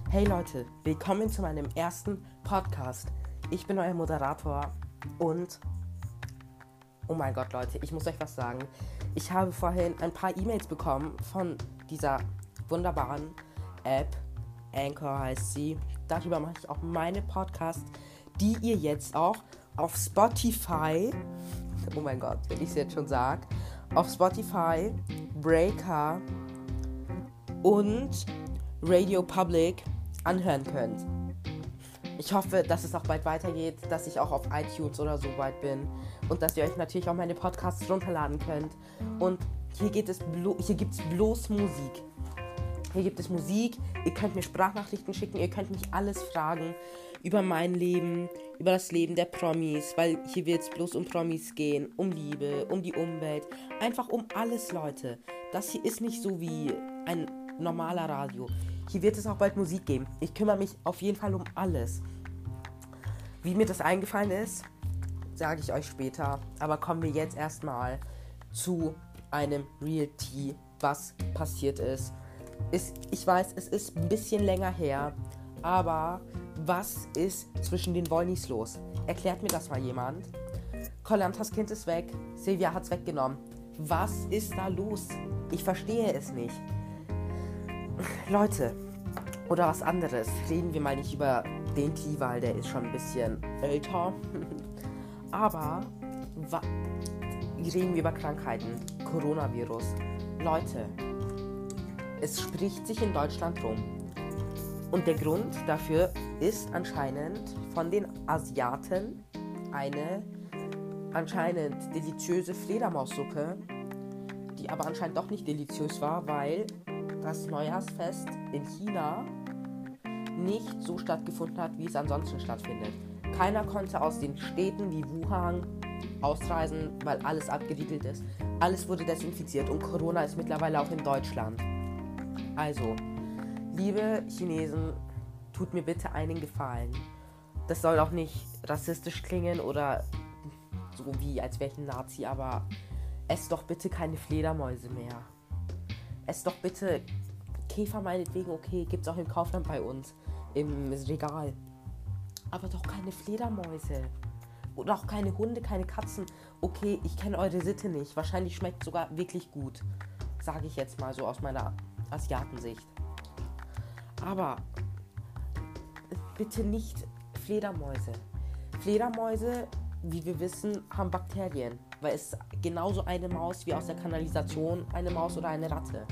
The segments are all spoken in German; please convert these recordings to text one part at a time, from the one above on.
Hey Leute, willkommen zu meinem ersten Podcast. Ich bin euer Moderator und, oh mein Gott Leute, ich muss euch was sagen. Ich habe vorhin ein paar E-Mails bekommen von dieser wunderbaren App, Anchor heißt sie. Darüber mache ich auch meine Podcasts, die ihr jetzt auch auf Spotify, oh mein Gott, wenn ich es jetzt schon sage, auf Spotify, Breaker und Radio Public anhören könnt. Ich hoffe, dass es auch bald weitergeht, dass ich auch auf iTunes oder so weit bin und dass ihr euch natürlich auch meine Podcasts runterladen könnt. Und hier gibt es bloß Musik. Hier gibt es Musik, ihr könnt mir Sprachnachrichten schicken, ihr könnt mich alles fragen über mein Leben, über das Leben der Promis, weil hier wird es bloß um Promis gehen, um Liebe, um die Umwelt, einfach um alles, Leute. Das hier ist nicht so wie ein normaler Radio. Hier wird es auch bald Musik geben. Ich kümmere mich auf jeden Fall um alles. Wie mir das eingefallen ist, sage ich euch später. Aber kommen wir jetzt erstmal zu einem Real Tea, was passiert ist. Ich weiß, es ist ein bisschen länger her, aber was ist zwischen den Wollnis los? Erklärt mir das mal jemand. Koh-Lamtas Kind ist weg, Silvia hat's weggenommen. Was ist da los? Ich verstehe es nicht. Leute, oder was anderes. Reden wir mal nicht über den Tee, weil der ist schon ein bisschen älter. Aber reden wir über Krankheiten. Coronavirus. Leute, es spricht sich in Deutschland rum. Und der Grund dafür ist anscheinend von den Asiaten eine anscheinend deliziöse Fledermaussuppe, die aber anscheinend doch nicht deliziös war, weil das Neujahrsfest in China nicht so stattgefunden hat, wie es ansonsten stattfindet. Keiner konnte aus den Städten wie Wuhan ausreisen, weil alles abgeriegelt ist. Alles wurde desinfiziert und Corona ist mittlerweile auch in Deutschland. Also, liebe Chinesen, tut mir bitte einen Gefallen. Das soll auch nicht rassistisch klingen oder so wie als wäre ich ein Nazi, aber esst doch bitte keine Fledermäuse mehr. Esst doch bitte Käfer meinetwegen, okay, gibt's auch im Kaufland bei uns, im Regal. Aber doch keine Fledermäuse. Oder auch keine Hunde, keine Katzen. Okay, ich kenne eure Sitte nicht. Wahrscheinlich schmeckt sogar wirklich gut. Sage ich jetzt mal so aus meiner Asiatensicht. Aber bitte nicht Fledermäuse. Fledermäuse, wie wir wissen, haben Bakterien. Weil es ist genauso eine Maus wie aus der Kanalisation eine Maus oder eine Ratte.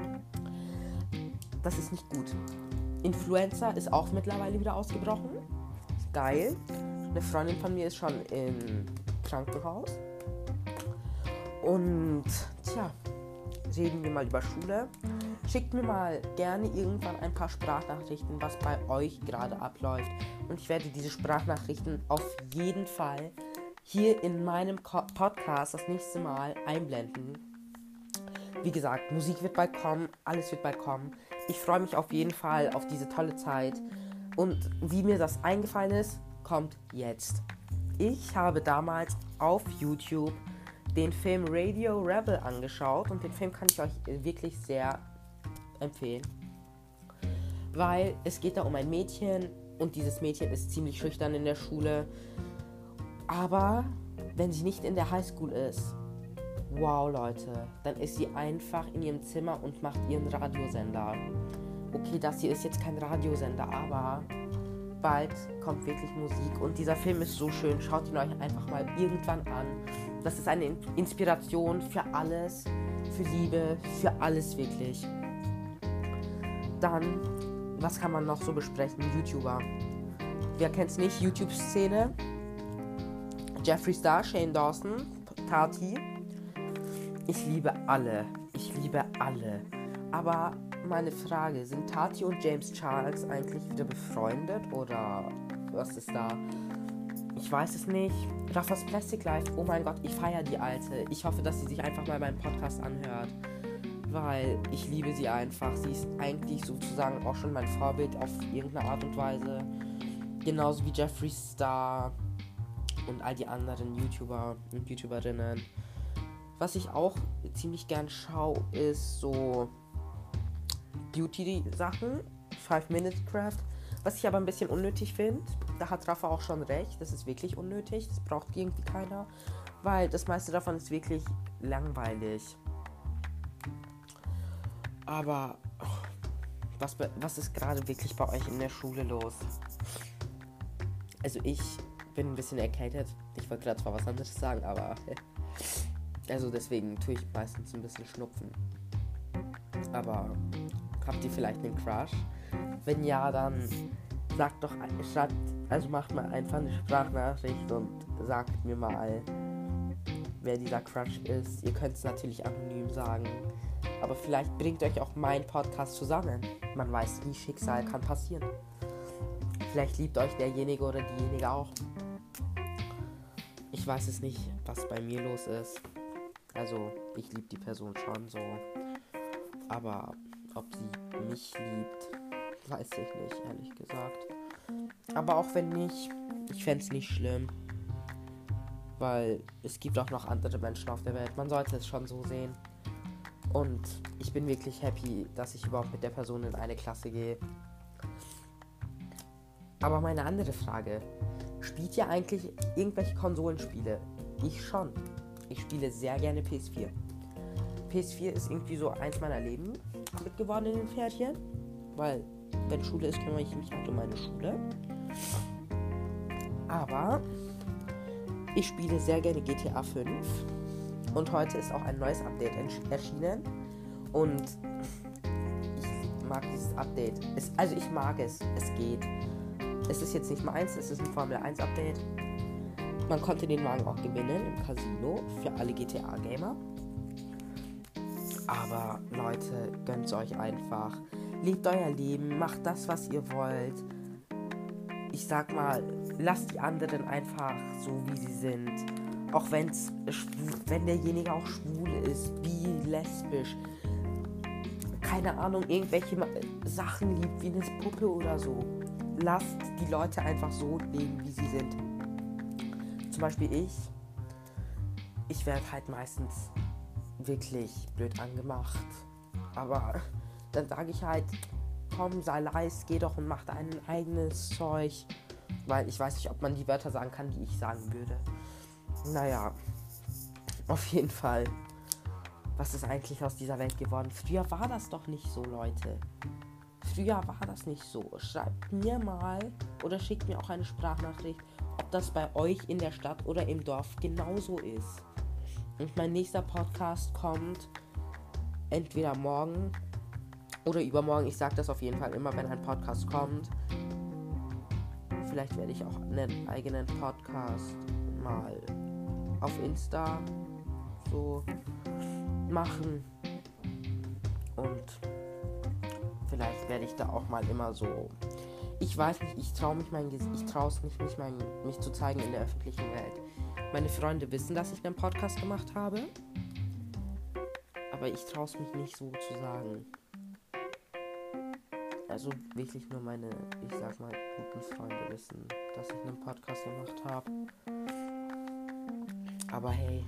Das ist nicht gut. Influenza ist auch mittlerweile wieder ausgebrochen. Geil. Eine Freundin von mir ist schon im Krankenhaus. Und reden wir mal über Schule. Schickt mir mal gerne irgendwann ein paar Sprachnachrichten, was bei euch gerade abläuft. Und ich werde diese Sprachnachrichten auf jeden Fall hier in meinem Podcast das nächste Mal einblenden. Wie gesagt, Musik wird bald kommen, alles wird bald kommen. Ich freue mich auf jeden Fall auf diese tolle Zeit. Und wie mir das eingefallen ist, kommt jetzt. Ich habe damals auf YouTube den Film Radio Rebel angeschaut und den Film kann ich euch wirklich sehr empfehlen. Weil es geht da um ein Mädchen und dieses Mädchen ist ziemlich schüchtern in der Schule. Aber wenn sie nicht in der Highschool ist, wow Leute, dann ist sie einfach in ihrem Zimmer und macht ihren Radiosender. Okay, das hier ist jetzt kein Radiosender, aber bald kommt wirklich Musik und dieser Film ist so schön. Schaut ihn euch einfach mal irgendwann an. Das ist eine Inspiration für alles, für Liebe, für alles wirklich. Dann, was kann man noch so besprechen? YouTuber. Wer kennt's nicht? YouTube-Szene. Jeffree Star, Shane Dawson, Tati. Ich liebe alle. Aber meine Frage, sind Tati und James Charles eigentlich wieder befreundet oder was ist da? Ich weiß es nicht. Raffas Plastic Life, oh mein Gott, ich feiere die Alte. Ich hoffe, dass sie sich einfach mal meinen Podcast anhört, weil ich liebe sie einfach. Sie ist eigentlich sozusagen auch schon mein Vorbild auf irgendeine Art und Weise. Genauso wie Jeffree Star und all die anderen YouTuber und YouTuberinnen. Was ich auch ziemlich gern schaue, ist so Beauty-Sachen. 5-Minute-Craft. Was ich aber ein bisschen unnötig finde, da hat Rafa auch schon recht, das ist wirklich unnötig, das braucht irgendwie keiner, weil das meiste davon ist wirklich langweilig. Aber was ist gerade wirklich bei euch in der Schule los? Also ich bin ein bisschen erkältet. Ich wollte gerade zwar was anderes sagen, aber also deswegen tue ich meistens ein bisschen Schnupfen. Aber habt ihr vielleicht einen Crush? Wenn ja, dann macht mal einfach eine Sprachnachricht und sagt mir mal, wer dieser Crush ist. Ihr könnt es natürlich anonym sagen. Aber vielleicht bringt euch auch mein Podcast zusammen. Man weiß nie, Schicksal kann passieren. Vielleicht liebt euch derjenige oder diejenige auch. Ich weiß es nicht, was bei mir los ist. Also, ich liebe die Person schon so. Aber ob sie mich liebt, weiß ich nicht, ehrlich gesagt. Aber auch wenn nicht, ich fände es nicht schlimm. Weil es gibt auch noch andere Menschen auf der Welt. Man sollte es schon so sehen. Und ich bin wirklich happy, dass ich überhaupt mit der Person in eine Klasse gehe. Aber meine andere Frage, spielt ihr eigentlich irgendwelche Konsolenspiele? Ich schon. Ich spiele sehr gerne PS4. PS4 ist irgendwie so eins meiner Leben mit geworden in den Ferien. Weil, wenn Schule ist, kümmere ich mich halt um meine Schule. Aber ich spiele sehr gerne GTA 5. Und heute ist auch ein neues Update erschienen. Und ich mag dieses Update. Ich mag es. Es geht. Es ist jetzt nicht meins, es ist ein Formel 1 Update. Man konnte den Wagen auch gewinnen im Casino für alle GTA-Gamer. Aber Leute, gönnt euch einfach. Lebt euer Leben, macht das, was ihr wollt. Ich sag mal, lasst die anderen einfach so, wie sie sind. Auch wenn derjenige auch schwul ist, bi, lesbisch, keine Ahnung, irgendwelche Sachen liebt, wie eine Puppe oder so. Lasst die Leute einfach so leben, wie sie sind. Zum Beispiel ich werde halt meistens wirklich blöd angemacht. Aber dann sage ich halt, komm, sei leise, geh doch und mach dein eigenes Zeug. Weil ich weiß nicht, ob man die Wörter sagen kann, die ich sagen würde. Naja, auf jeden Fall. Was ist eigentlich aus dieser Welt geworden? Früher war das doch nicht so, Leute. Früher war das nicht so. Schreibt mir mal oder schickt mir auch eine Sprachnachricht, ob das bei euch in der Stadt oder im Dorf genauso ist. Und mein nächster Podcast kommt entweder morgen oder übermorgen. Ich sage das auf jeden Fall immer, wenn ein Podcast kommt. Vielleicht werde ich auch einen eigenen Podcast mal auf Insta so machen. Und vielleicht werde ich da auch mal immer so. Ich weiß nicht, ich traue es nicht, mich zu zeigen in der öffentlichen Welt. Meine Freunde wissen, dass ich einen Podcast gemacht habe. Aber ich traue es mich nicht so zu sagen. Also wirklich nur meine, ich sag mal, guten Freunde wissen, dass ich einen Podcast gemacht habe. Aber hey,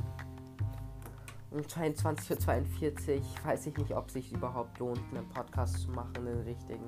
um 22:42 Uhr weiß ich nicht, ob es sich überhaupt lohnt, einen Podcast zu machen, den richtigen.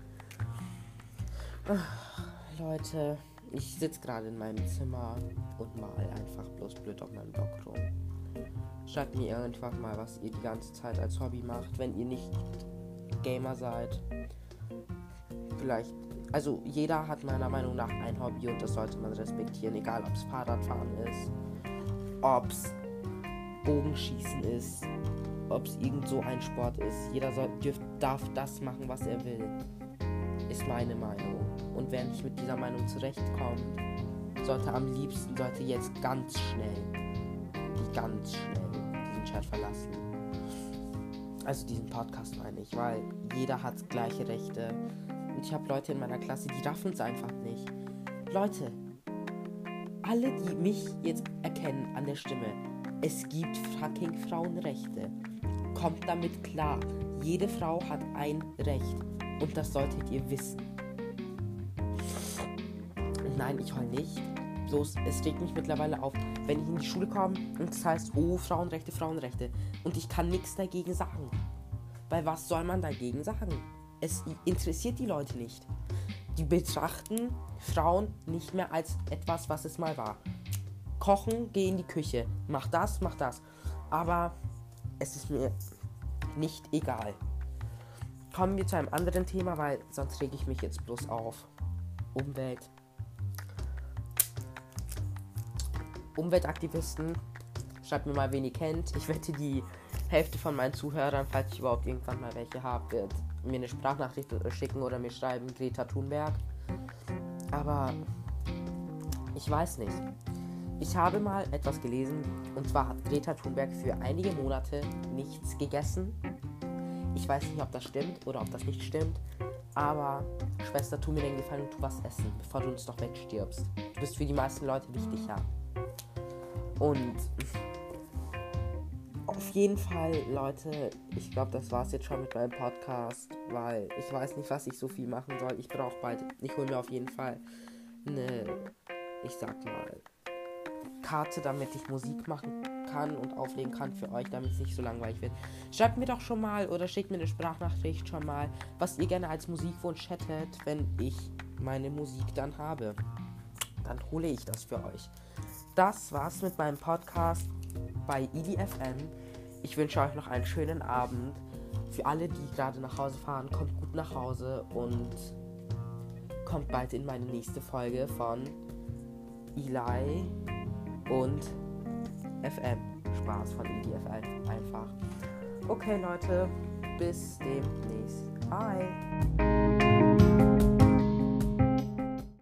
Leute, ich sitze gerade in meinem Zimmer und mal einfach bloß blöd auf meinem Blog rum. Schreibt mir irgendwann mal, was ihr die ganze Zeit als Hobby macht, wenn ihr nicht Gamer seid. Vielleicht, also jeder hat meiner Meinung nach ein Hobby und das sollte man respektieren, egal ob es Fahrradfahren ist, ob es Bogenschießen ist, ob es irgend so ein Sport ist. Jeder darf das machen, was er will. Ist meine Meinung. Und wer nicht mit dieser Meinung zurechtkommt, sollte jetzt ganz schnell diesen Chat verlassen. Also diesen Podcast meine ich, weil jeder hat gleiche Rechte. Und ich habe Leute in meiner Klasse, die raffen es einfach nicht. Leute, alle, die mich jetzt erkennen an der Stimme, es gibt fucking Frauenrechte. Kommt damit klar. Jede Frau hat ein Recht. Und das solltet ihr wissen. Nein, ich heul nicht. Es regt mich mittlerweile auf, wenn ich in die Schule komme und das heißt, oh, Frauenrechte. Und ich kann nichts dagegen sagen. Weil was soll man dagegen sagen? Es interessiert die Leute nicht. Die betrachten Frauen nicht mehr als etwas, was es mal war. Kochen, geh in die Küche, mach das. Aber es ist mir nicht egal. Kommen wir zu einem anderen Thema, weil sonst rege ich mich jetzt bloß auf. Umweltaktivisten. Schreibt mir mal, wen ihr kennt. Ich wette, die Hälfte von meinen Zuhörern, falls ich überhaupt irgendwann mal welche habe, wird mir eine Sprachnachricht schicken oder mir schreiben, Greta Thunberg. Aber ich weiß nicht. Ich habe mal etwas gelesen, und zwar hat Greta Thunberg für einige Monate nichts gegessen. Ich weiß nicht, ob das stimmt oder ob das nicht stimmt, aber Schwester, tu mir den Gefallen und tu was essen, bevor du uns doch wegstirbst. Du bist für die meisten Leute wichtig, ja. Und auf jeden Fall, Leute, ich glaube, das war's jetzt schon mit meinem Podcast, weil ich weiß nicht, was ich so viel machen soll. Ich hole mir auf jeden Fall eine, ich sag mal, Karte, damit ich Musik machen kann und auflegen kann für euch, damit es nicht so langweilig wird. Schreibt mir doch schon mal oder schickt mir eine Sprachnachricht schon mal, was ihr gerne als Musikwunsch hättet, wenn ich meine Musik dann habe. Dann hole ich das für euch. Das war's mit meinem Podcast bei IDFM. Ich wünsche euch noch einen schönen Abend. Für alle, die gerade nach Hause fahren, kommt gut nach Hause und kommt bald in meine nächste Folge von Eli und FM. Spaß von IDFM einfach. Okay, Leute, bis demnächst. Bye.